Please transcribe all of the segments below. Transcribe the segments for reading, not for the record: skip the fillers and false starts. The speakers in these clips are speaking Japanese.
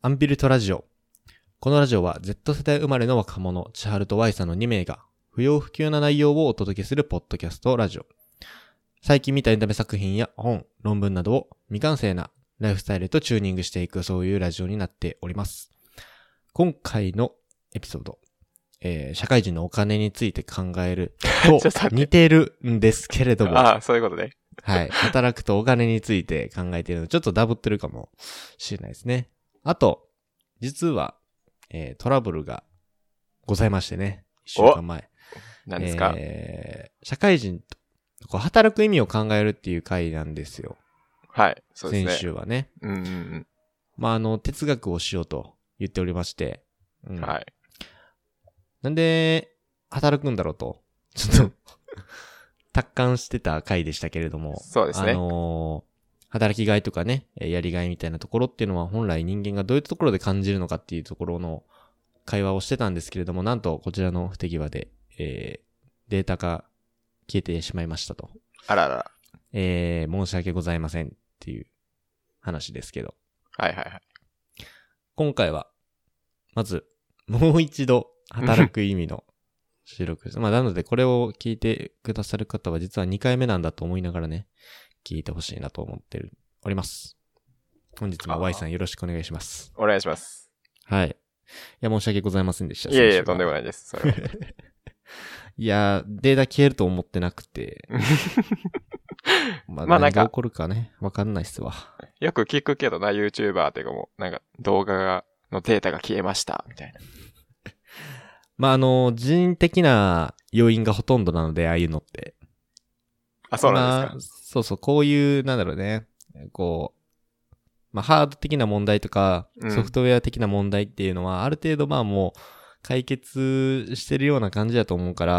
アンビルトラジオ。このラジオは Z 世代生まれの若者、千春と Y さんの2名が不要不急な内容をお届けするポッドキャストラジオ。最近見たエンタメ作品や本、論文などを未完成なライフスタイルとチューニングしていくそういうラジオになっております。今回のエピソード、社会人のお金について考えると似てるんですけれども。 ああ、そういうことね。 はい。働くとお金について考えているので、ちょっとダブってるかもしれないですね。あと、実は、トラブルがございましてね。1週間前。 何ですか？ 社会人とこう働く意味を考えるっていう回なんですよ。 はい、そうですね。 先週はね。 うんうんうん。 まあ、哲学をしようと言っておりまして。うん、 はい。 なんで、働くんだろうと、ちょっと、達観してた回でしたけれども。 そうですね。 働きがいとかね、やりがいみたいなところっていうのは本来人間がどういったところで感じるのかっていうところの会話をしてたんですけれども、なんとこちらの不手際で、データが消えてしまいましたと。 あらら。 申し訳ございませんっていう話ですけど。 はいはいはい。 今回は、まず、もう一度働く意味の収録です。まあ、なのでこれを聞いてくださる方は実は2回目なんだと思いながらね、聞いてほしいなと思っております。本日も Y さんよろしくお願いします。 お願いします。 はい。いや、申し訳ございませんでした。 いやいや、とんでもないです。それは。 いや、データ消えると思ってなくて。まあ、何が起こるかね、わかんないっすわ。 よく聞くけどな、YouTuber っていうかもう、なんか動画のデータが消えました、みたいな。 まあ、人的な要因がほとんどなので、ああいうのって。 あ、そうなんですか。 そうそう、こういう、なんだろうね。こう、まあ、ハード的な問題とか、ソフトウェア的な問題っていうのは、ある程度まあもう、解決してるような感じだと思うから、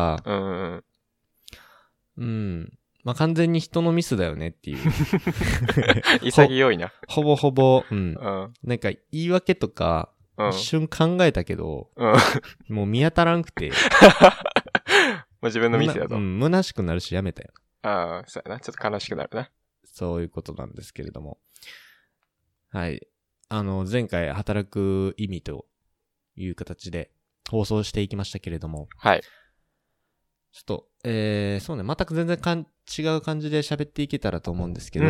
うん。まあ、完全に人のミスだよねっていう。 潔いな。 ほぼほぼ、うん。なんか、言い訳とか、一瞬考えたけど、もう見当たらんくて。 もう自分のミスだと。 虚しくなるしやめたよ。 ああ、そうやな。ちょっと悲しくなるな。 そういうことなんですけれども。はい。前回働く意味という形で放送していきましたけれども。 はい。 ちょっと、そうね、全く全然違う感じで喋っていけたらと思うんですけど、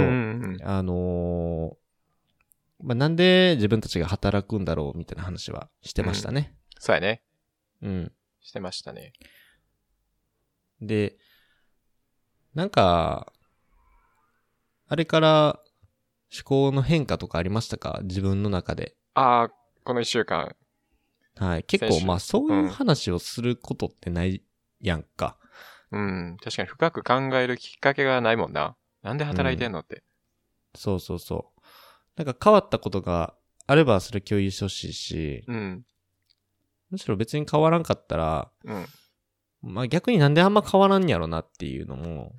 まあ、なんで自分たちが働くんだろうみたいな話はしてましたね。 そうやね。 うん。 してましたね。 で、なんか、あれから思考の変化とかありましたか？自分の中で。 ああ、この一週間。 はい。結構まあそういう話をすることってないやんか。 うん。確かに深く考えるきっかけがないもんな。なんで働いてんのって。 そうそうそう。なんか変わったことがあればそれ共有してほしいし、むしろ別に変わらんかったら、まあ逆になんであんま変わらんやろなっていうのも、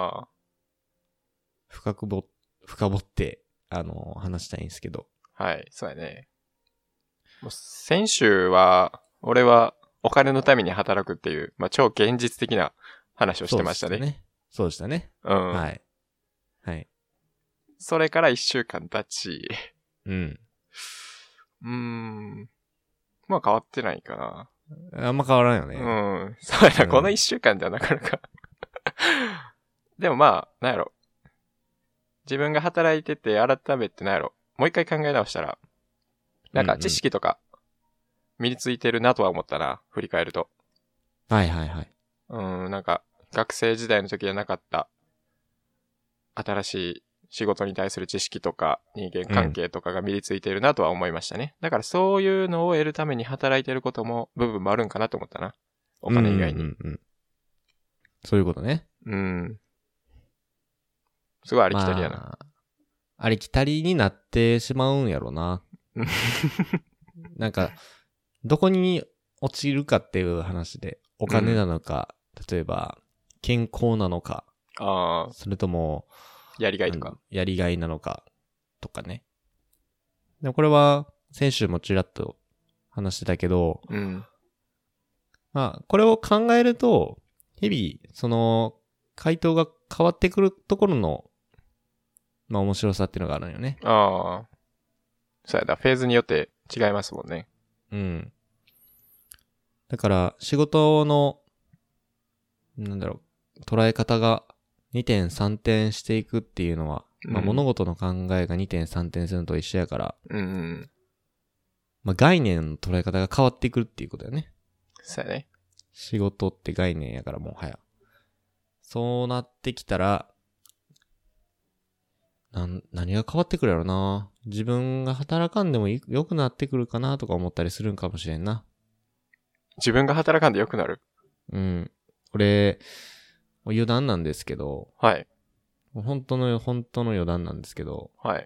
深掘って、話したいんですけど。 はい、そうやね。もう先週は、俺はお金のために働くっていう、まあ超現実的な話をしてましたね。 そうでしたね。はい。はい。 それから一週間経ち、まあ変わってないかな。 あんま変わらんよね。 そうやな、この一週間じゃなかなか。でもまあ、なんやろ。自分が働いてて改めてなんやろ。もう一回考え直したら、なんか知識とか身についてるなとは思ったな、振り返ると。 はいはいはい。 なんか学生時代の時じゃなかった新しい仕事に対する知識とか人間関係とかが身についてるなとは思いましたね。だからそういうのを得るために働いてることも部分もあるんかなと思ったな。お金以外に。 そういうことね。 すごいありきたりやな。 まあ、ありきたりになってしまうんやろな。なんか、どこに落ちるかっていう話で、お金なのか、例えば、健康なのか、それとも、 やりがいとか。 やりがいなのか、とかね。でもこれは、先週もちらっと話してたけど、まあ、これを考えると、日々、その、回答が変わってくるところの、まあ面白さっていうのがあるんよね。 そうやだ。フェーズによって違いますもんね。 うん。だから仕事の、捉え方が2点3点していくっていうのは、まあ物事の考えが2点3点するのと一緒やから、 うんうん。 まあ概念の捉え方が変わってくるっていうことだよね。 そうやね。 仕事って概念やからもはや。そうなってきたら、何が変わってくるやろな。自分が働かんでも良くなってくるかなとか思ったりするんかもしれんな。 自分が働かんで良くなる。 うん。これ余談なんですけど、 はい。 本当の余談なんですけど、 はい。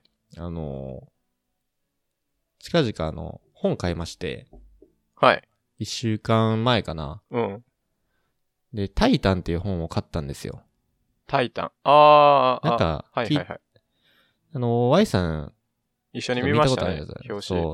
近々本買いまして、 はい。 1週間前かな。 うん。 で、タイタンっていう本を買ったんですよ。 タイタン。あー、 なんか、 はいはいはい。 Y さん、 一緒に見ましたね。 見たことあるやつ。 表紙。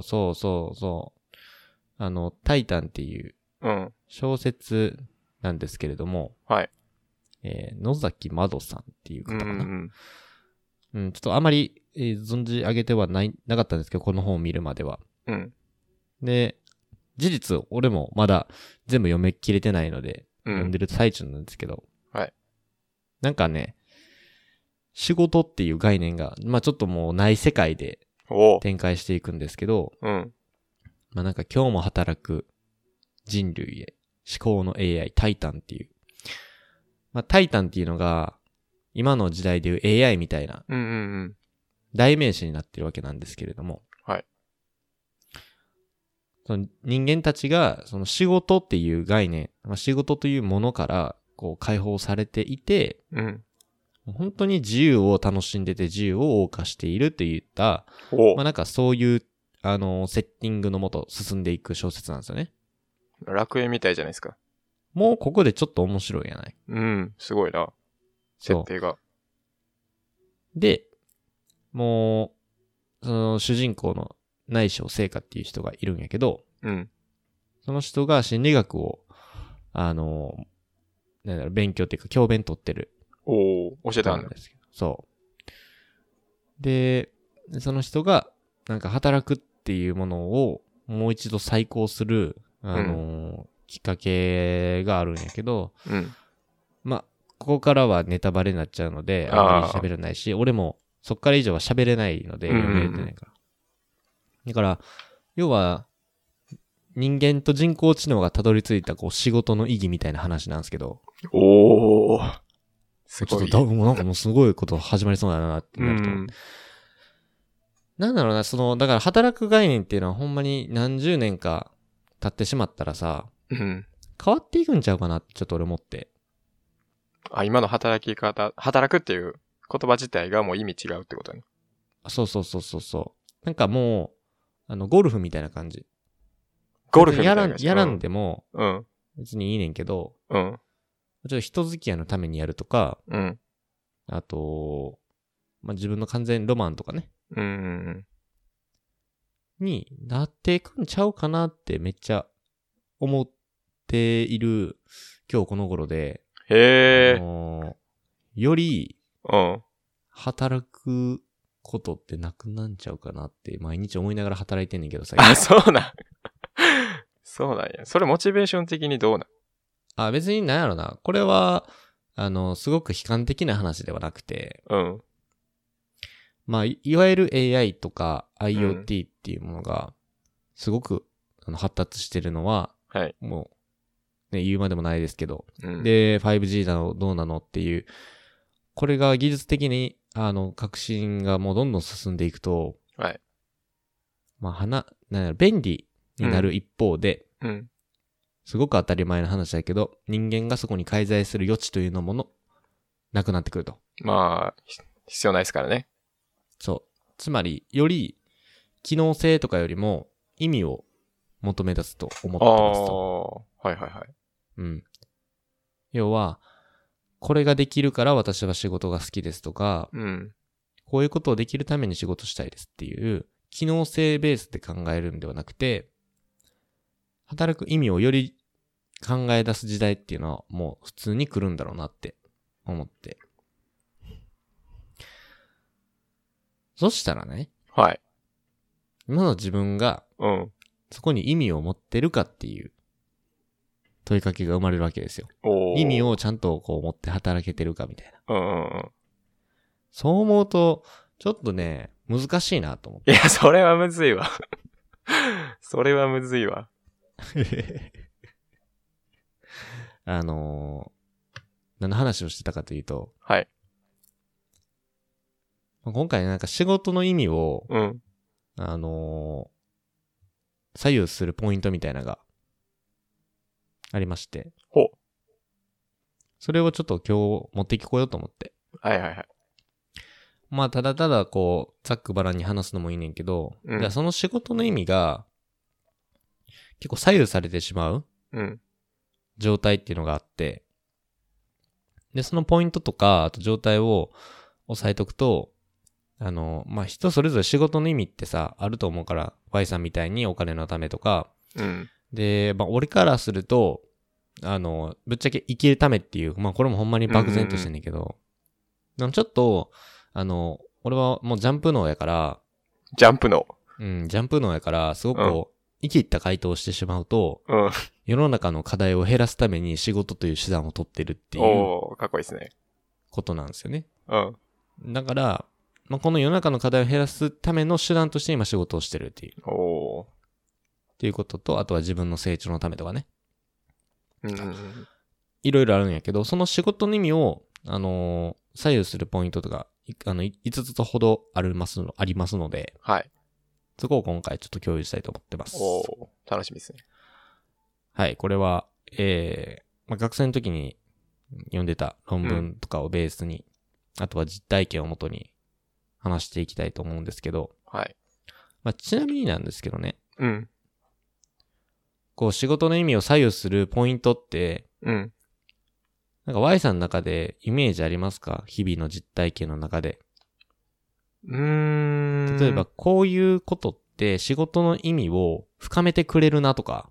そう。タイタンっていううん。 小説なんですけれども、 はい。 野崎まどさんっていう方かな。 うん。 ちょっとあまり、存じ上げてはなかったんですけど、この本を見るまでは。 うん。 で、事実、俺もまだ全部読めきれてないので、読んでる最中なんですけど、 はい。 なんかね、仕事っていう概念が、まあちょっともうない世界で展開していくんですけど、 うん。 まあなんか今日も働く人類へ思考の AI タイタンっていう。まあタイタンっていうのが、今の時代でいう AI みたいな代名詞になってるわけなんですけれども、 はい。 その人間たちがその仕事っていう概念、まあ、仕事というものからこう解放されていて、 うん。 本当に自由を楽しんでて自由を謳歌しているといった、まあなんかそういう、セッティングのもと進んでいく小説なんですよね。 楽園みたいじゃないですか。 もうここでちょっと面白いやない。 うん、すごいな。設定が。 で、もう、その主人公の内省聖華っていう人がいるんやけど、 うん。 その人が心理学を、勉強っていうか教鞭取ってる。 教えたんだ。 ですけど。そう。で、その人が、なんか働くっていうものをもう一度再考する、きっかけがあるんやけど、まあ、ここからはネタバレになっちゃうので、あんまり喋れないし、俺もそっから以上は喋れないので、読めれてないから。だから、要は、人間と人工知能がたどり着いたこう仕事の意義みたいな話なんですけど。 すごい。 ちょっとなんかもうすごいこと始まりそうだなってなると。なんだろうな、だから働く概念っていうのはほんまに何十年か経ってしまったらさ、変わっていくんちゃうかなってちょっと俺思って。 今の働くっていう言葉自体がもう意味違うってことね。 そう。なんかもう、ゴルフみたいな感じ。 ゴルフみたいな感じ。 やらんでも、別にいいねんけど、ちょっと人付き合いのためにやるとか、あと、まあ、自分の完全ロマンとかね。になっていくんちゃうかなってめっちゃ思っている今日この頃で、より、働くことってなくなんちゃうかなって毎日思いながら働いてんねんけどさ。 そうなん。そうなんや。それモチベーション的にどうなん？ 別になんやろな。これは、すごく悲観的な話ではなくて、まあ、いわゆる AI とか IoT っていうものが、すごく発達してるのは、もう、ね、言うまでもないですけど、で、5G だの、どうなのっていう、これが技術的に、革新がもうどんどん進んでいくと、まあ、便利になる一方で、すごく当たり前の話だけど、人間がそこに介在する余地というのもなくなってくると。 まあ、必要ないですからね。 そう。つまり、より、機能性とかよりも、意味を求め出すと思ってますと。要は、これができるから私は仕事が好きですとか、こういうことをできるために仕事したいですっていう、機能性ベースで考えるんではなくて、働く意味をより考え出す時代っていうのはもう普通に来るんだろうなって思って。そしたらね。 今の自分がうん。 そこに意味を持ってるかっていう問いかけが生まれるわけですよ。 おー。 意味をちゃんとこう持って働けてるかみたいな。 うんうんうん。 そう思うと、ちょっとね、難しいなと思っいや、それはむずいわ。それはむずいわ。 て。何の話をしてたかというと、 はい。 今回なんか仕事の意味を、 うん。 左右するポイントみたいなのがありまして。 ほう。 それをちょっと今日持ってきこようと思って。 はいはいはい。 まあ、ただただこう、ざっくばらんに話すのもいいねんけど、 うんじゃあその仕事の意味が、結構左右されてしまううん。 状態っていうのがあって、で、そのポイントとか、あと状態を押さえとくと、まあ、人それぞれ仕事の意味ってさ、あると思うから、Y さんみたいにお金のためとか、 うん。 で、まあ、俺からすると、ぶっちゃけ生きるためっていう、まあ、これもほんまに漠然としてんねんけど、でもちょっと、俺はもうジャンプ脳やから、 ジャンプの。 ジャンプ脳やから、すごくこう、生き入った回答をしてしまうと、 うん。 世の中の課題を減らすために仕事という手段を取ってるっていうおー、かっこいいですね。 ことなんですよね。 うん。 だから、まあ、この世の中の課題を減らすための手段として今仕事をしてるっていう。 おー。 っていうことと、あとは自分の成長のためとかね。 うん。 いろいろあるんやけど、その仕事の意味を、左右するポイントとか、5つほどありますので、 はい。 そこを今回ちょっと共有したいと思ってます。 おー、楽しみですね。 はい、これは、まあ、学生の時に読んでた論文とかをベースに、あとは実体験をもとに話していきたいと思うんですけど、 はい。 まあ、ちなみになんですけどね、 うん。 こう仕事の意味を左右するポイントって、 うん。 なんか Y さんの中でイメージありますか？日々の実体験の中で。例えば、こういうことって仕事の意味を深めてくれるなとか。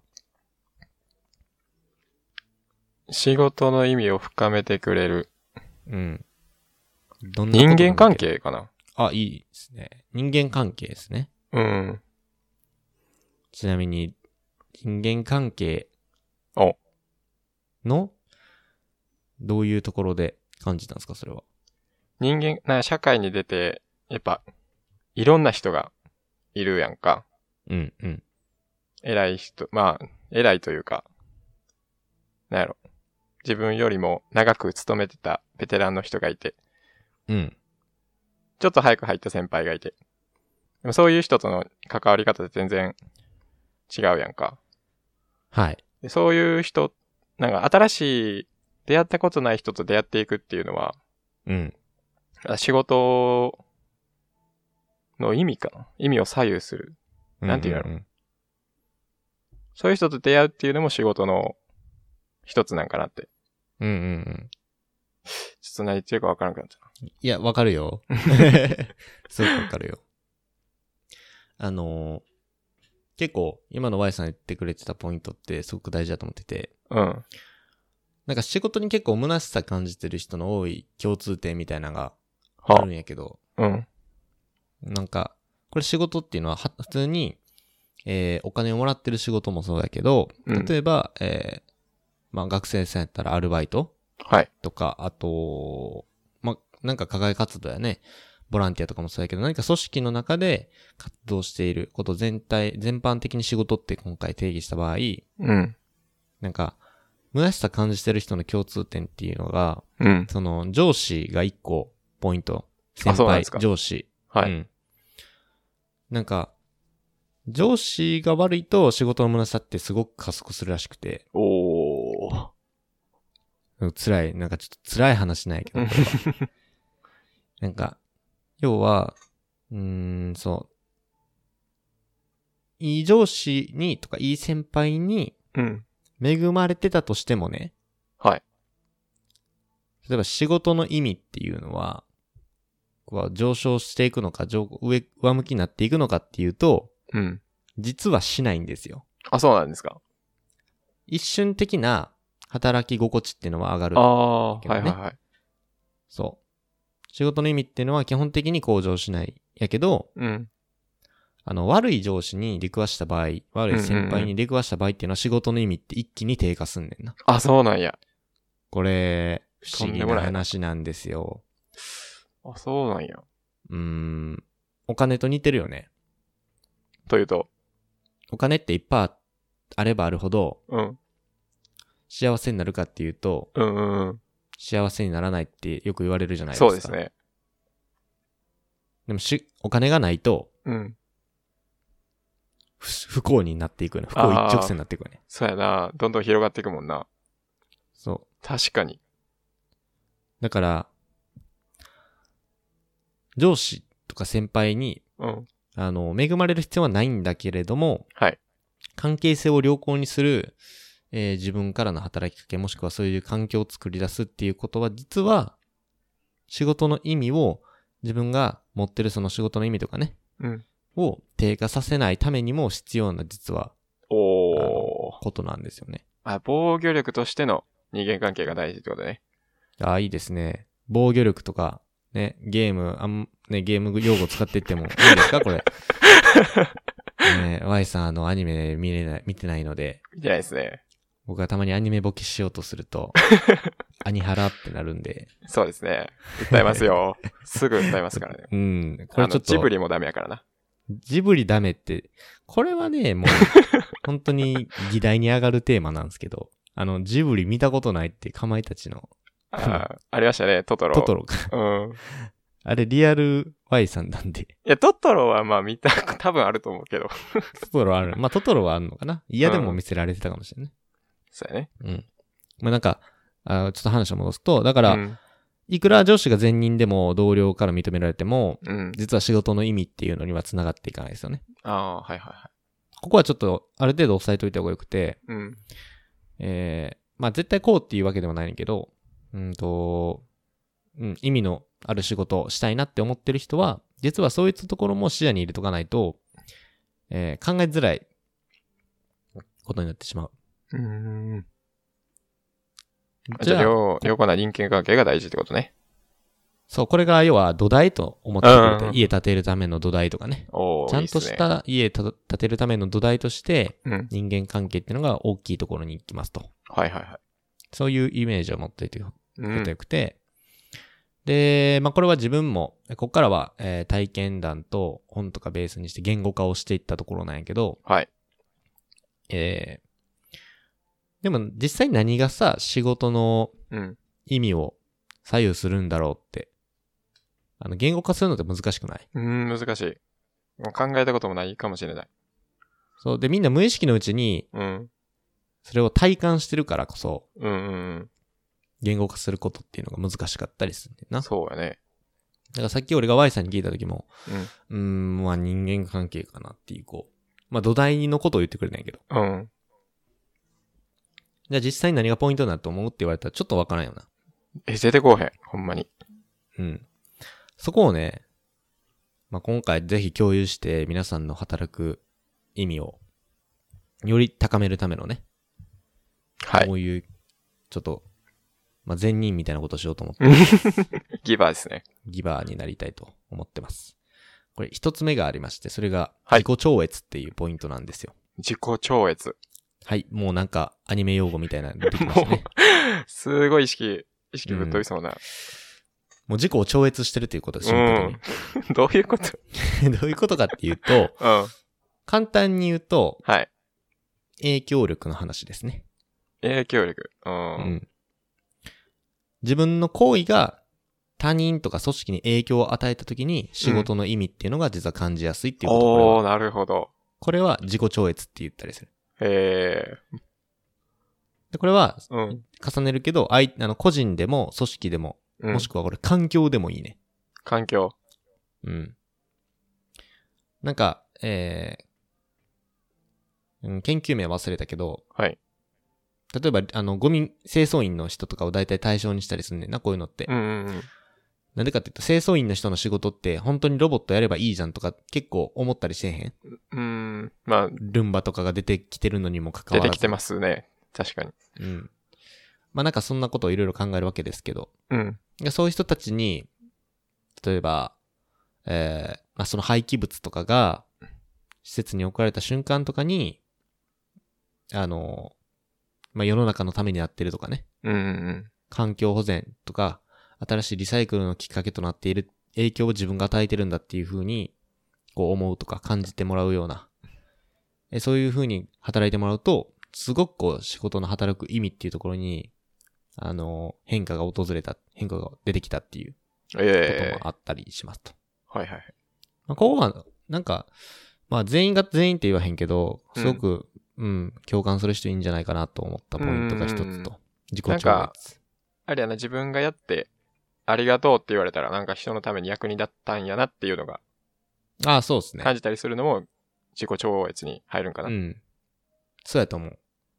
仕事の意味を深めてくれる。 うん。どんなこと人間関係かな。 あ、いいですね。人間関係ですね。 うん。 ちなみに、人間関係お。 のどういうところで感じたんですか、それは。 社会に出て、やっぱ、いろんな人がいるやんか。 うん、うん。 偉い人、まあ、偉いというか、なんやろ。自分よりも長く勤めてたベテランの人がいて、 うん。 ちょっと早く入った先輩がいて。でもそういう人との関わり方って全然違うやんか。 はい。 でそういう人、なんか新しい出会ったことない人と出会っていくっていうのは、 うん。 仕事の意味かな。意味を左右する。なんていうのやろ。そういう人と出会うっていうのも仕事の一つなんかなって。 うんうんうん。 ちょっと何言ってるかわからなくなっちゃう。 いや、わかるよ。すごくわかるよ。結構、今の Y さん言ってくれてたポイントってすごく大事だと思ってて。 うん。 なんか仕事に結構虚しさ感じてる人の多い共通点みたいなのがあるんやけど。 うん。 なんか、これ仕事っていうのは普通に、お金をもらってる仕事もそうだけど、例えば、まあ学生さんやったらアルバイトはい。 とか、あと、まあなんか課外活動やね、ボランティアとかもそうだけど、何か組織の中で活動していること全般的に仕事って今回定義した場合、なんか、虚しさ感じてる人の共通点っていうのが、その上司が一個ポイント。先輩、上司。 はい。 なんか、上司が悪いと仕事の虚しさってすごく加速するらしくて。 おー。 辛い、なんかちょっと辛い話ないけど、これはなんか、要は、そう。いい上司にとかいい先輩に、恵まれてたとしてもね。 はい。 例えば仕事の意味っていうのは、上昇していくのか、上向きになっていくのかっていうと、実はしないんですよ。 あ、そうなんですか。 一瞬的な働き心地っていうのは上がる。 はいはいはい。 そう。仕事の意味っていうのは基本的に向上しない。やけど、 悪い上司に出くわした場合、悪い先輩に出くわした場合っていうのは仕事の意味って一気に低下すんねんな。 あ、そうなんや。 これ、不思議な話なんですよ。 あ、そうなんや。 お金と似てるよね。 というと。 お金っていっぱいあればあるほど、 うん。 幸せになるかっていうと、幸せにならないってよく言われるじゃないですか。 そうですね。 でもお金がないと、 うん。 不幸になっていくね。不幸一直線になっていくね。 そうやな。どんどん広がっていくもんな。 そう。 確かに。 だから、上司とか先輩に、恵まれる必要はないんだけれども、 はい。 関係性を良好にする、自分からの働きかけ、もしくはそういう環境を作り出すっていうことは、実は、仕事の意味を、自分が持ってるその仕事の意味とかね、を低下させないためにも必要な、実は、ことなんですよね。 防御力としての人間関係が大事ってことね。 いいですね。防御力とか、ね、ゲーム用語使っていってもいいですかこれ。Y さんアニメ見てないので。 見てないですね。 僕がたまにアニメボケしようとすると、アニハラってなるんで。 そうですね。訴えますよ。すぐ訴えますからね。これちょっと。 ジブリもダメやからな。 ジブリダメって、これはね、もう、本当に議題に上がるテーマなんですけど、ジブリ見たことないってかまいたちの。 ありましたね、トトロ。 トトロか。あれ、リアル Y さんなんで。 いや、トトロは多分あると思うけど。 トトロある。トトロはあるのかな。嫌でも見せられてたかもしれない。 そうやね。 なんか、ちょっと話を戻すと、だから、いくら上司が善人でも同僚から認められても、実は仕事の意味っていうのには繋がっていかないですよね。 はいはいはい。 ここはちょっと、ある程度押さえといた方がよくて、絶対こうっていうわけではないんだけど、意味のある仕事をしたいなって思ってる人は、実はそういったところも視野に入れとかないと、考えづらいことになってしまう。 じゃあ、良好な人間関係が大事ってことね。 そう、これが要は土台と思ってくれて、家建てるための土台とかね。ちゃんとした家建てるための土台として、人間関係っていうのが大きいところに行きますと。 はいはいはい。 そういうイメージを持っていてくとよくて。で、これは自分も、ここからは、体験談と本とかベースにして言語化をしていったところなんやけど、 はい。 でも実際何がさ、仕事の意味を左右するんだろうって、言語化するのって難しくない？ 難しい。考えたこともないかもしれない。 そう。で、みんな無意識のうちに、それを体感してるからこそ、言語化することっていうのが難しかったりするんだよな。 そうやね。 だからさっき俺が Y さんに聞いた時も、人間関係かなっていう土台のことを言ってくれないけど。じゃあ実際に何がポイントになると思うって言われたらちょっとわからんよな。 出てこうへん。ほんまに。 そこをね、今回ぜひ共有して皆さんの働く意味をより高めるためのね。こういう、ちょっと、善人みたいなことをしようと思って。 ギバーですね。 ギバーになりたいと思ってます。これ一つ目がありまして、それが自己超越っていうポイントなんですよ。 自己超越。 はい。もうなんかアニメ用語みたいなの出てきましたね。 すごい意識ぶっ飛びそうな。 もう自己を超越してるということです、シンプルに。 どういうことどういうことかっていうと、簡単に言うと、影響力の話ですね。 影響力。 自分の行為が他人とか組織に影響を与えたときに仕事の意味っていうのが実は感じやすいっていうこと。 なるほど。 これは自己超越って言ったりする。 でこれは、重ねるけど、個人でも組織でも、もしくはこれ環境でもいいね。 環境。 なんか、研究名忘れたけど、例えば、ゴミ清掃員の人とかを大体対象にしたりするんねんな、こういうのって。なんでかって言うと、清掃員の人の仕事って本当にロボットやればいいじゃんとか結構思ったりしてへん？ルンバとかが出てきてるのにもかかわらず。 出てきてますね。確かに。 なんかそんなことをいろいろ考えるわけですけど。そういう人たちに、例えば、その廃棄物とかが、 施設に送られた瞬間とかに、世の中のためになってるとかね。 うんうん。 環境保全とか、新しいリサイクルのきっかけとなっている影響を自分が与えてるんだっていう風に、こう思うとか感じてもらうような、そういう風に働いてもらうと、すごくこう仕事の働く意味っていうところに、変化が出てきたっていうこともあったりしますと。 はいはい。 ここは、なんか、全員が全員って言わへんけど、すごく、共感する人いいんじゃないかなと思ったポイントが一つと。自己超越。 あれやな、自分がやって、ありがとうって言われたら、なんか人のために役に立ったんやなっていうのが、 そうですね。 感じたりするのも、自己超越に入るんかな。 そうやと思う。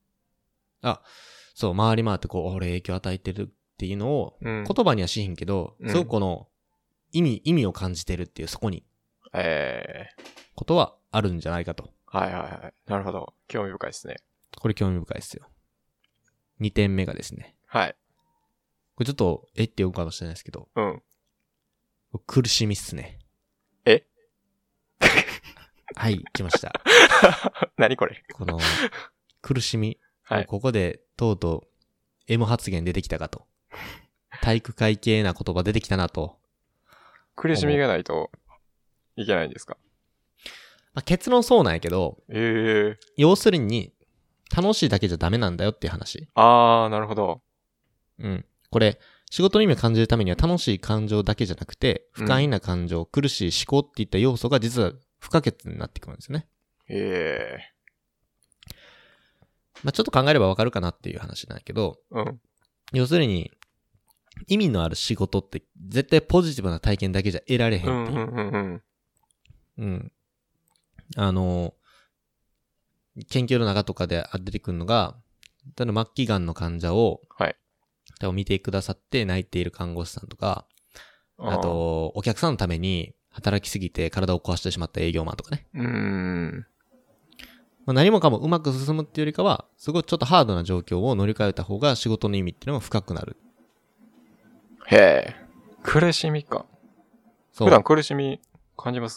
そう、回り回ってこう、俺影響与えてるっていうのを、言葉にはしへんけど、すごくこの、意味を感じてるっていう、そこに。ことはあるんじゃないかと。 はいはいはい。なるほど。興味深いですね。 これ興味深いですよ。2点目がですね。 はい。 これちょっと、って言うかもしれないですけど。苦しみっすね。はい、来ました。 何これ。 この、苦しみ。 はい。 ここで、とうとう、M 発言出てきたかと。体育会系な言葉出てきたなと。 苦しみがないといけないんですか？ 結論そうなんやけど、要するに、楽しいだけじゃダメなんだよっていう話。 なるほど。 これ、仕事の意味を感じるためには楽しい感情だけじゃなくて、不快な感情、苦しい思考っていった要素が実は不可欠になってくるんですよね。ちょっと考えればわかるかなっていう話なんやけど、要するに、意味のある仕事って絶対ポジティブな体験だけじゃ得られへんっていう。研究の中とかで出てくるのが、末期がんの患者を、見てくださって泣いている看護師さんとか、あと、お客さんのために働きすぎて体を壊してしまった営業マンとかね。何もかもうまく進むっていうよりかは、すごいちょっとハードな状況を乗り換えた方が仕事の意味っていうのが深くなる。 へえ。苦しみか。普段苦しみ感じます？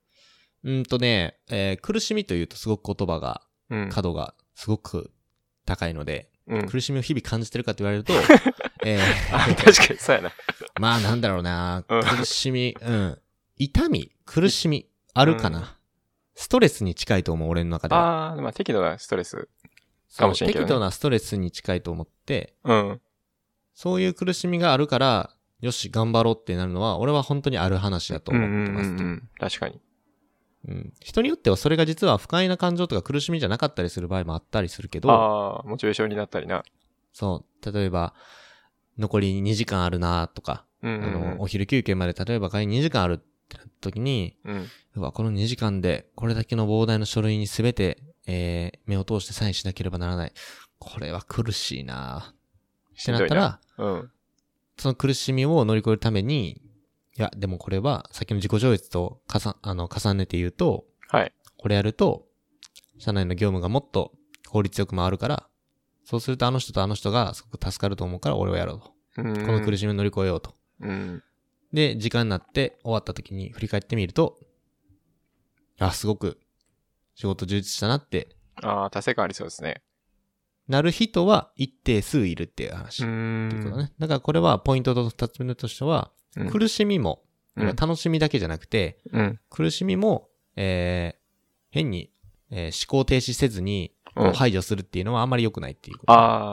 苦しみというとすごく言葉が、角がすごく高いので、苦しみを日々感じてるかって言われると、 確かにそうやな。 なんだろうな、苦しみ、痛み、苦しみ、あるかな。ストレスに近いと思う、俺の中では。 適度なストレスかもしれんけどね。 適度なストレスに近いと思って、そういう苦しみがあるから、よし、頑張ろうってなるのは、俺は本当にある話だと思ってますと。 確かに。 人によってはそれが実は不快な感情とか苦しみじゃなかったりする場合もあったりするけど、 モチベーションになったりな。 そう。例えば、残り2時間あるなとか、お昼休憩まで例えば帰り2時間あるってなった時に、この2時間でこれだけの膨大な書類にすべて、目を通してサインしなければならない。これは苦しいなってなったら、その苦しみを乗り越えるために、いや、でもこれは、さっきの自己超越と重ねて言うと、これやると、社内の業務がもっと効率よく回るから、そうするとあの人とあの人がすごく助かると思うから俺をやろうと。この苦しみを乗り越えようと。で、時間になって終わった時に振り返ってみると、すごく仕事充実したなって。 達成感ありそうですね。 なる人は一定数いるっていう話。っていうことね。だからこれはポイントと二つ目としては、苦しみも、楽しみだけじゃなくて、苦しみも、変に、思考停止せずに排除するっていうのはあんまり良くないっていうこと。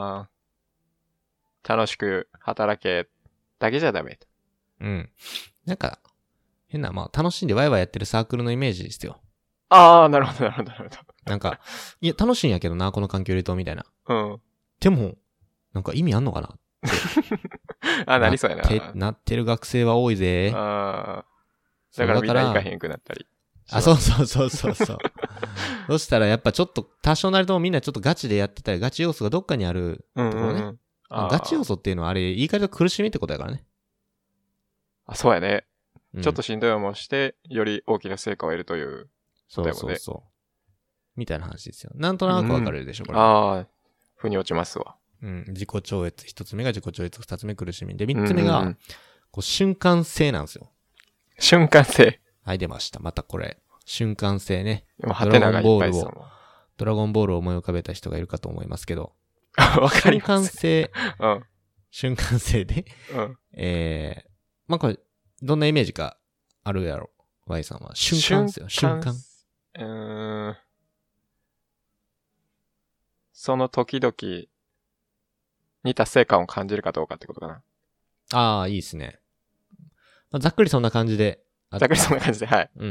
楽しく働けだけじゃダメ。 なんか、変な、楽しんでワイワイやってるサークルのイメージですよ。 なるほど。 なんか、いや、楽しいんやけどな、この環境入れと、みたいな。でも、なんか意味あんのかななりそうやな。 なってる学生は多いぜ。 だからみんな行かへんくなったり。 そう。そしたらやっぱちょっと多少なりともみんなちょっとガチでやってたり、ガチ要素がどっかにあるところね。ガチ要素っていうのはあれ、言い換えると苦しみってことやからね。 そうやね。ちょっとしんどい思いして、より大きな成果を得るという。 そう。みたいな話ですよ。なんとなくわかるでしょ、これ。 腑に落ちますわ。 自己超越。一つ目が自己超越、二つ目苦しみ。で、三つ目が、瞬間性なんですよ。 瞬間性。 はい、出ました。またこれ。 瞬間性ね。 今、ハテナがいっぱいですもん。 ドラゴンボールを思い浮かべた人がいるかと思いますけど。 わかり瞬間ます。 性、 うん。 瞬間性で、 うん。 まあ、これ、どんなイメージかあるやろ、Y さんは。瞬間ですよ、瞬間。 その時々に達成感を感じるかどうかってことかな。 ああ、いいですね。まあ、ざっくりそんな感じで。 ざっくりそんな感じで、はい。 うん。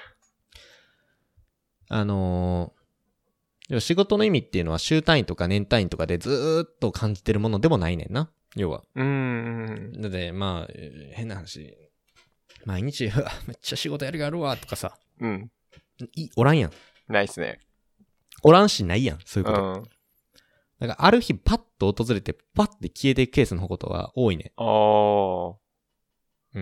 要は仕事の意味っていうのは週単位とか年単位とかでずーっと感じてるものでもないねんな。要は。だってまあ、変な話。毎日、うわめっちゃ仕事やるわとかさ。 うん。 おらんやん。 ないっすね。 おらんしないやん。そういうこと。 うん。 だからある日パッと訪れてパッて消えていくケースのことが多いね。うん。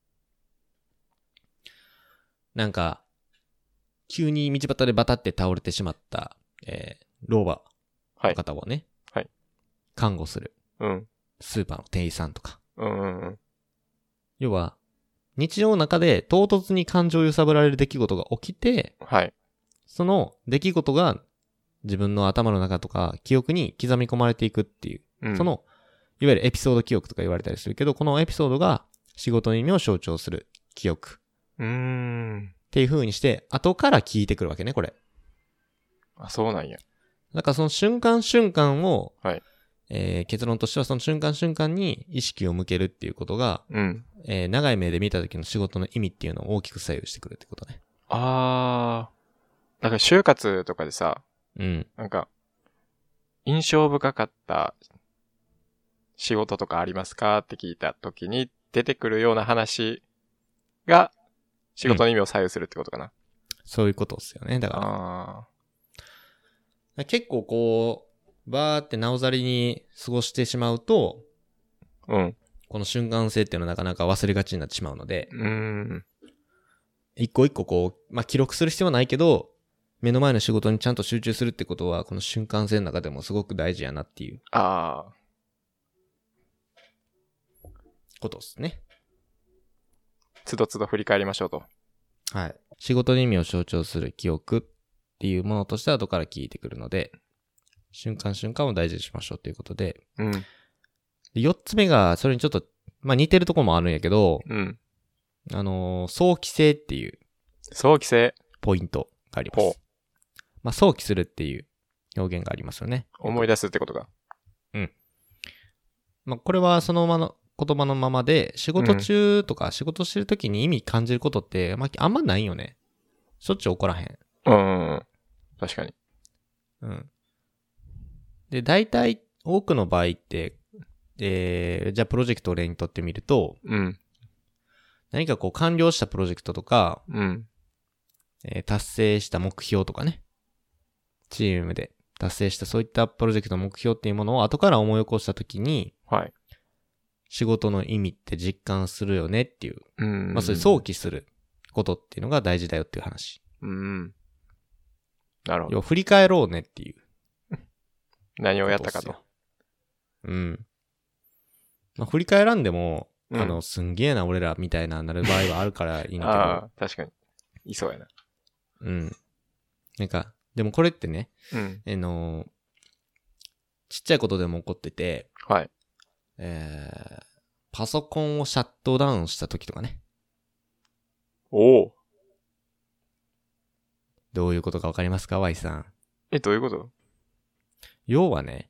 なんか、急に道端でバタって倒れてしまった、老婆の方をね、 はい。 看護する。 うん。 スーパーの店員さんとか。 うん。 要は、日常の中で唐突に感情を揺さぶられる出来事が起きて、 はい。 その出来事が自分の頭の中とか記憶に刻み込まれていくっていう、 うん、 その、いわゆるエピソード記憶とか言われたりするけど、このエピソードが仕事の意味を象徴する記憶。っていう風にして、後から聞いてくるわけね、これ。 あ、そうなんや。 だからその瞬間瞬間を、 はい。 結論としてはその瞬間瞬間に意識を向けるっていうことが、 うん。 長い目で見た時の仕事の意味っていうのを大きく左右してくるってことね。 なんか就活とかでさ、 うん。 なんか、印象深かった仕事とかありますかって聞いた時に出てくるような話が仕事の意味を左右するってことかな。 そういうことですよね。だから。結構こう、バーってなおざりに過ごしてしまうと、 うん。 この瞬間性っていうのはなかなか忘れがちになってしまうので、一個一個こう、まあ、記録する必要はないけど、目の前の仕事にちゃんと集中するってことは、この瞬間性の中でもすごく大事やなっていう。ことですね。 つどつど振り返りましょうと。 はい。仕事の意味を象徴する記憶っていうものとして後から聞いてくるので、瞬間瞬間を大事にしましょうということで。 うん。 で4つ目が、それにちょっと、まあ、似てるところもあるんやけど、 うん。 早期性っていう。 早期性。 ポイントがあります。まあ、早期するっていう表現がありますよね。 思い出すってことか。 うん。まあ、これはそのままの言葉のままで、仕事中とか仕事してる時に意味感じることって、まあ、あんまないよね。しょっちゅう起こらへん。 確かに。 うん。で、大体多くの場合って、じゃあプロジェクトを例にとってみると、何かこう完了したプロジェクトとか、達成した目標とかね。チームで達成したそういったプロジェクトの目標っていうものを後から思い起こしたときに、 はい。 仕事の意味って実感するよねっていう。まあそういう想起することっていうのが大事だよっていう話。 なるほど。 要は振り返ろうねっていう。 何をやったかと。 まあ振り返らんでも、すんげえな俺らみたいななる場合はあるからいいんだけど。確かに。いそうやな。 なんか、でもこれってね、ちっちゃいことでも起こってて、 はい。 パソコンをシャットダウンした時とかね。どういうことかわかりますか ?Y さん。 どういうこと？ 要はね、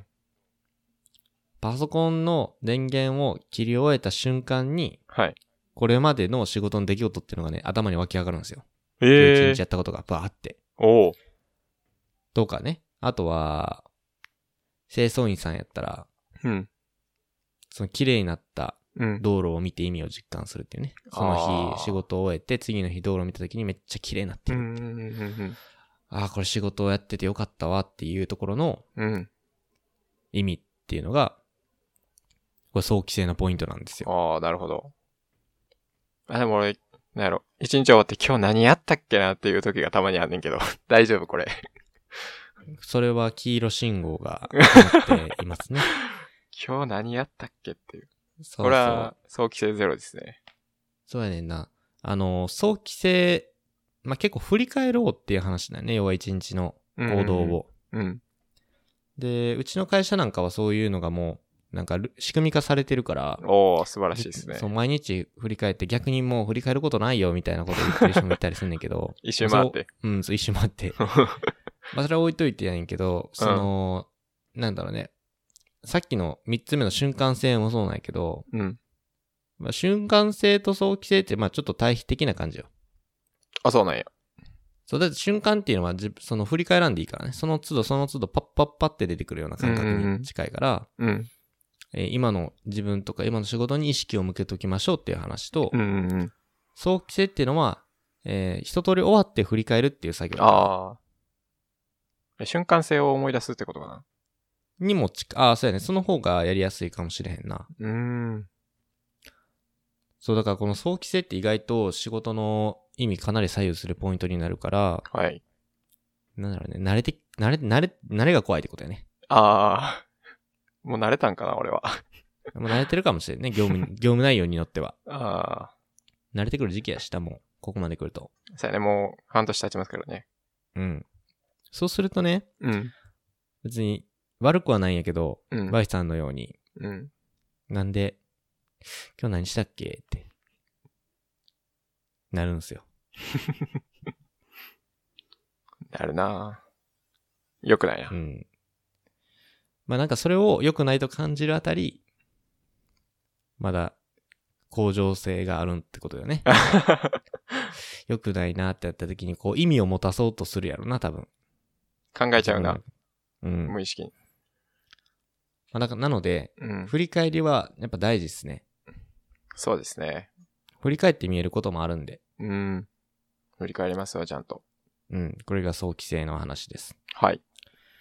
パソコンの電源を切り終えた瞬間に、 はい。 これまでの仕事の出来事っていうのがね、頭に湧き上がるんですよ。一日やったことがバーって。とかね。あとは、清掃員さんやったら、その綺麗になった道路を見て意味を実感するっていうね。その日仕事を終えて次の日道路を見た時にめっちゃ綺麗になってる。これ仕事をやっててよかったわっていうところの意味っていうのが、これ早期性のポイントなんですよ。 なるほど。でも俺、なんやろ。一日終わって今日何やったっけなっていう時がたまにあんねんけど、大丈夫これ。 それは黄色信号が灯っていますね。 今日何やったっけっていう。これは早期性ゼロですね。 そうやねんな。早期性まあ、結構振り返ろうっていう話だよね。要は一日の行動を。で、うちの会社なんかはそういうのがもう、なんか仕組み化されてるから。 おー、素晴らしいですね。 そう、毎日振り返って逆にもう振り返ることないよみたいなことを言ってる人もいたりするんだけど。 一周回って。 そう、一周回って。まあ、それは置いといてやねんけど、なんだろうね。さっきの3つ目の瞬間性もそうなんやけど、まあ、瞬間性と早期性って、まあちょっと対比的な感じよ。 あ、そうなんや。 そう、だって瞬間っていうのはその振り返らんでいいからね。その都度パッパッパって出てくるような感覚に近いから、今の自分とか今の仕事に意識を向けときましょうっていう話と、早期性っていうのは、一通り終わって振り返るっていう作業。 ああ。瞬間性を思い出すってことかな。 にもそうやね。その方がやりやすいかもしれへんな。そう、だからこの早期性って意外と仕事の意味かなり左右するポイントになるから、 はい。 なんだろうね、慣れが怖いってことやね。 ああ。もう慣れたんかな、俺は。 もう慣れてるかもしれんね、業務内容によっては。 ああ。 慣れてくる時期やした、もう、ここまで来ると。 そうやね、もう半年経ちますからね。 そうするとね、別に悪くはないんやけど、バイさんのように、なんで、今日何したっけってなるんすよ。 なるなぁ。よくないな。 まあなんかそれを良くないと感じるあたり、まだ向上性があるってことだよね。良くないなってやった時にこう意味を持たそうとするやろな、多分。 考えちゃうな。無意識に。 まあ、なので、振り返りはやっぱ大事ですね。 そうですね。 振り返って見えることもあるんで。 振り返りますわ、ちゃんと。 これが早期性の話です。 はい。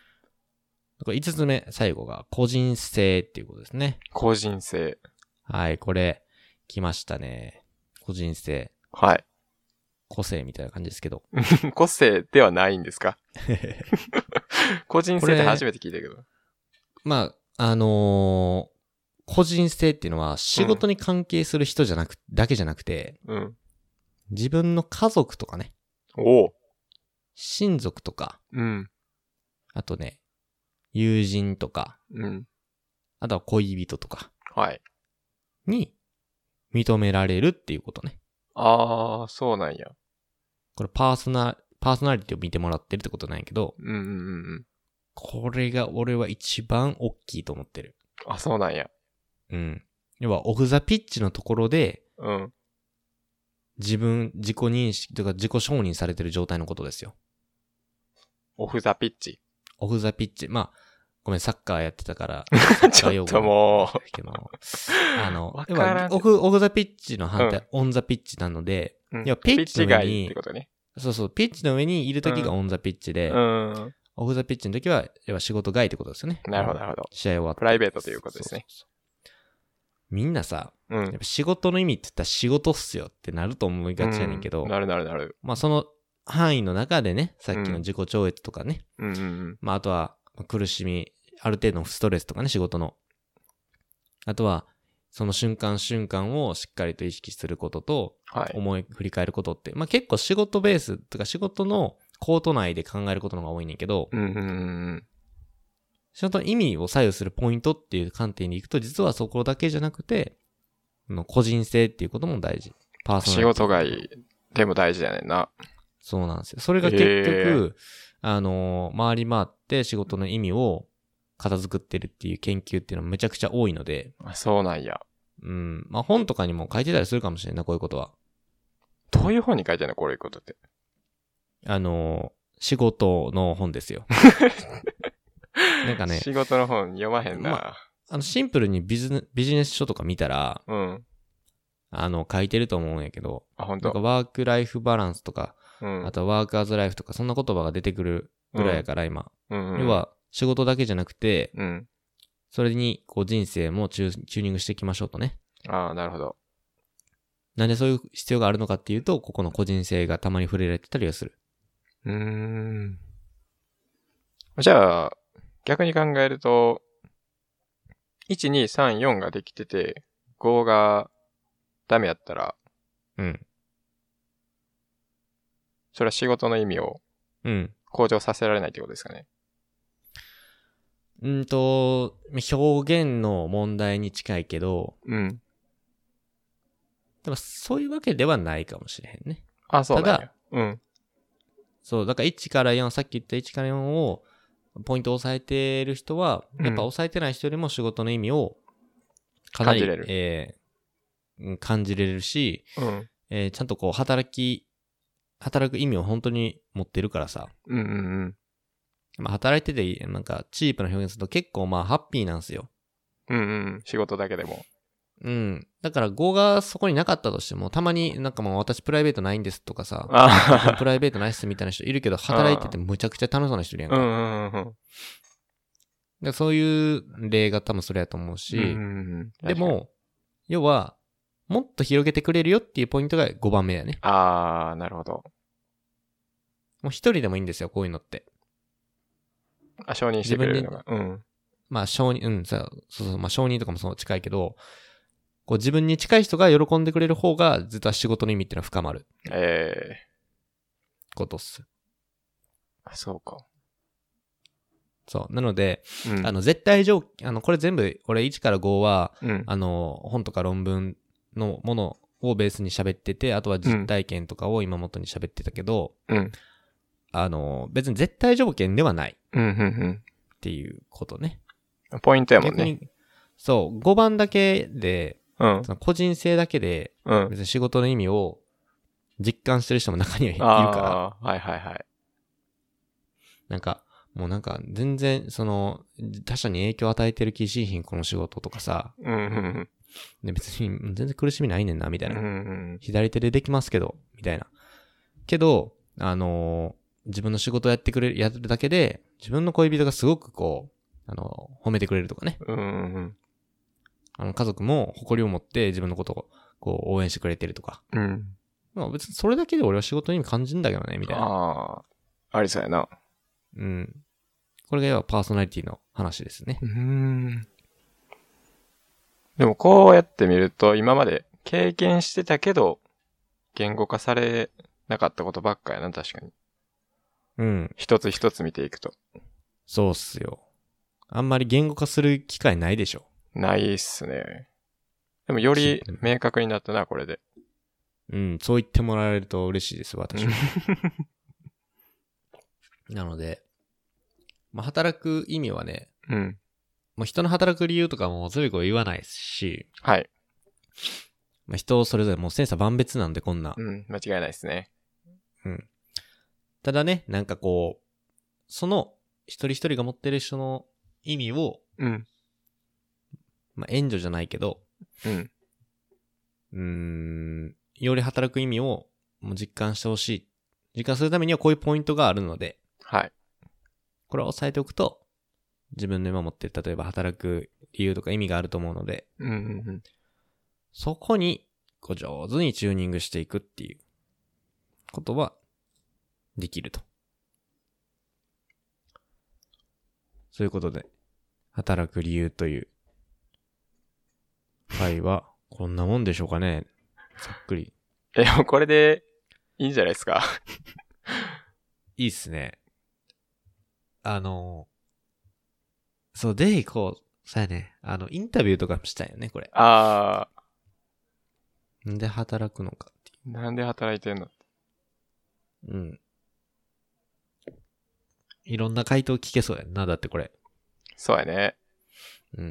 5つ目、最後が個人性っていうことですね。 個人性。 はい、これ、来ましたね。個人性。 はい。 個性みたいな感じですけど。 個性ではないんですか？個人性って初めて聞いたけど。 まあ、個人性っていうのは仕事に関係する人だけじゃなくて、自分の家族とかね。親族とか。あとね、友人とか。あとは恋人とか。に認められるっていうことね。 ああ、そうなんや。 これパーソナリティを見てもらってるってことなんやけど、これが俺は一番大きいと思ってる。 あ、そうなんや。 要はオフザピッチのところで、自己認識とか自己承認されてる状態のことですよ。 オフザピッチ。 オフザピッチ。まあ、ごめん、サッカーやってたから。 ちょっともう。 要はオフザピッチの反対、オンザピッチなので、要はピッチの上に、そうそう、ピッチの上にいるときがオンザピッチで、オフザピッチのときは、要は仕事外ってことですよね。 なるほど、なるほど。 試合終わって。 プライベートということですね。 みんなさ、やっぱ仕事の意味って言ったら仕事っすよってなると思いがちやねんけど、 なる。 まあその範囲の中でね、さっきの自己超越とかね、まああとは苦しみ、ある程度のストレスとかね、仕事の。あとは、その瞬間瞬間をしっかりと意識することと、振り返ることって、まあ結構仕事ベースとか仕事のコート内で考えることの方が多いねんけど、仕事の意味を左右するポイントっていう観点に行くと、実はそこだけじゃなくて、個人性っていうことも大事。 パーソナリティ。仕事外でも大事だよねんな。 そうなんですよ。それが結局、回り回って仕事の意味を片付くってるっていう研究っていうのはめちゃくちゃ多いので。 そうなんや。 まあ本とかにも書いてたりするかもしれんな、こういうことは。 どういう本に書いてんのこういうことって。 仕事の本ですよ。なんかね。 仕事の本読まへんな。 シンプルにビジネス書とか見たら、書いてると思うんやけど、 本当。 なんかワークライフバランスとか、あとワークアズライフとか、そんな言葉が出てくるぐらいやから、今。要は、仕事だけじゃなくて、それに、こう、人生もチューニングしていきましょうとね。 なるほど。 なんでそういう必要があるのかっていうと、ここの個人性がたまに触れられてたりはする。 じゃあ、逆に考えると、1、2、3、4ができてて、5がダメやったら、 それは仕事の意味をうん。 向上させられないってことですかね。 表現の問題に近いけど、 うん。 でもそういうわけではないかもしれへんね。 あ、そうなんや。 ただうん。 そう、だから1から4、さっき言った1から4を、ポイントを押さえてる人は、やっぱ押さえてない人よりも仕事の意味を、かなり、 感じれる感じれるし、 うん。 ちゃんとこう、働く意味を本当に持ってるからさ。 うんうんうん。 まあ、働いてて、なんか、チープな表現すると結構まあ、ハッピーなんですよ。 うんうん。仕事だけでも。 うん。だから語がそこになかったとしても、たまになんかもう私プライベートないんですとかさ、 あプライベートないっすみたいな人いるけど、働いててむちゃくちゃ楽しそうな人いるやんか。 うんうんうん。 でそういう例が多分それやと思うし、 うんうんうん、 でも、要は、もっと広げてくれるよっていうポイントが5番目やね。 あー、なるほど。 もう一人でもいいんですよ、こういうのって。 あ、承認してくれるのが。うん。 まあ、承認、そう、まあ、承認とかもそう近いけど、こう自分に近い人が喜んでくれる方が、実は仕事の意味っていうのは深まることっす。 そうか。 そう。なので、 うん。 絶対条件、これ全部、俺1から5は、 うん。 本とか論文のものをベースに喋ってて、あとは実体験とかを今元に喋ってたけど、 うん。 別に絶対条件ではないうん。うんっていうことね。 うん。ポイントやもんね。 逆に、そう、5番だけで、 うん。 その個人性だけで、 うん。 別に仕事の意味を実感してる人も中にはいるかああ、はいはいはい。 ら、なんか、もうなんか全然、他者に影響を与えてる気しひんこの仕事とかさ、 うんうんで別に全然苦しみないねんな、みたいうん。うな。 ん左手でできますけど、みたいな。けど、自分の仕事をやるだけで、自分の恋人がすごくこう、褒めてくれるとかね。 うんうん家族も誇りを持って自分のことをこう応援してくれてるとか。 うん。うん。 まあ別にそれだけで俺は仕事に意味感じるんだけどね、みたいな。 ああ、ありそうやな。 うん。これが要はパーソナリティの話ですね。 でもこうやって見ると今まで経験してたけど言語化されなかったことばっかやな、確かに。 うん。 一つ一つ見ていくと。 そうっすよ。あんまり言語化する機会ないでしょ。 ないっすね。でもより明確になったな、これで。 うん。そう言ってもらえると嬉しいです、私は。なので、まあ、働く意味はね、 うん。 もう人の働く理由とかもずるいこと言わないし、 はい。 まあ、人それぞれもう千差万別なんでこんな。 うん、間違いないですね。 うん。ただね、なんかこう、その一人一人が持ってる人の意味を、 うん。 まあ、援助じゃないけど、 うん。 より働く意味をもう実感してほしい。実感するためにはこういうポイントがあるので、 はい。 これを押さえておくと、自分の今持ってる、例えば働く理由とか意味があると思うので、 うんうんうん。 そこに、こう上手にチューニングしていくっていうことは、できると。そういうことで、働く理由という回は、こんなもんでしょうかね。ざっくり。 もうこれでいいんじゃないですか。 いいっすね。そう、で、こう、そうやね。インタビューとかもしたいよね、これ。 あなんで働くのかっていー、なんで働いてんの？ う。うん。いろんな回答聞けそうやんな、だってこれ。 そうやね。 うん。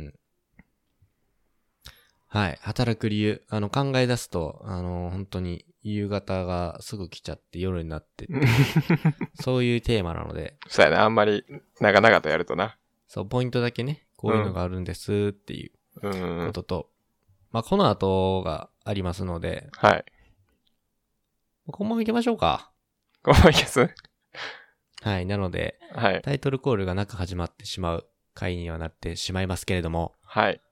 はい。働く理由。考え出すと、本当に夕方がすぐ来ちゃって夜になってっていうそういうテーマなので、 そうやね。あんまり長々とやるとな。 そう、ポイントだけね、こういうのがあるんですっていううん。 ことと、まあ、この後がありますので、 はい。 このまま行きましょうか。 このままいけます？ はい。なので、 はい。 タイトルコールがなく始まってしまう回にはなってしまいますけれども、 はい。